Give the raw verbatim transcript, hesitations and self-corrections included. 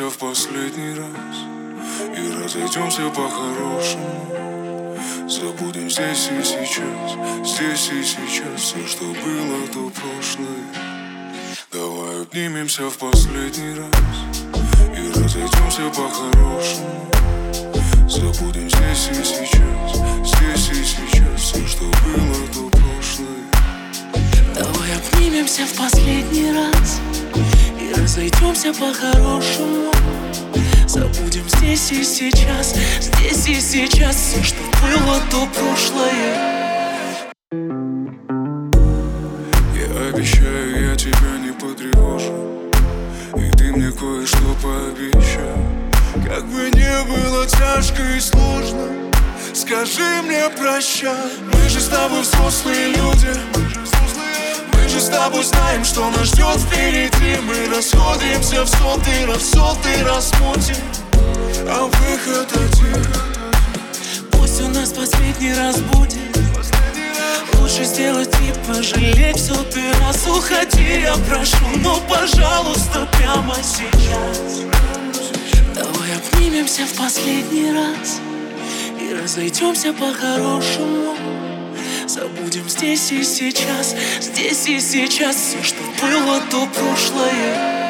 обнимемся в последний раз и разойдемся по-хорошему. Забудем здесь и сейчас, здесь и сейчас все, что было, то прошлое. Давай обнимемся в последний раз и разойдемся по-хорошему. Забудем здесь и сейчас, здесь и сейчас все, что было, то прошлое. Давай обнимемся в последний раз и разойдемся по-хорошему. Забудем здесь и сейчас, здесь и сейчас все, что было, то прошлое. Я обещаю, я тебя не потревожу, и ты мне кое-что пообещай. Как бы не было тяжко и сложно, скажи мне прощай. Мы же с тобой взрослые люди, мы же с тобой знаем, что нас ждет впереди. Мы расходимся в сотый раз, в сотый раз мутим, а выход один. Пусть у нас последний раз будет, лучше сделать и пожалеть в сотый раз. Уходи, я прошу, но пожалуйста, прямо сейчас. Давай обнимемся в последний раз и разойдемся по-хорошему. Забудем здесь и сейчас, здесь и сейчас все, что было, то прошлое.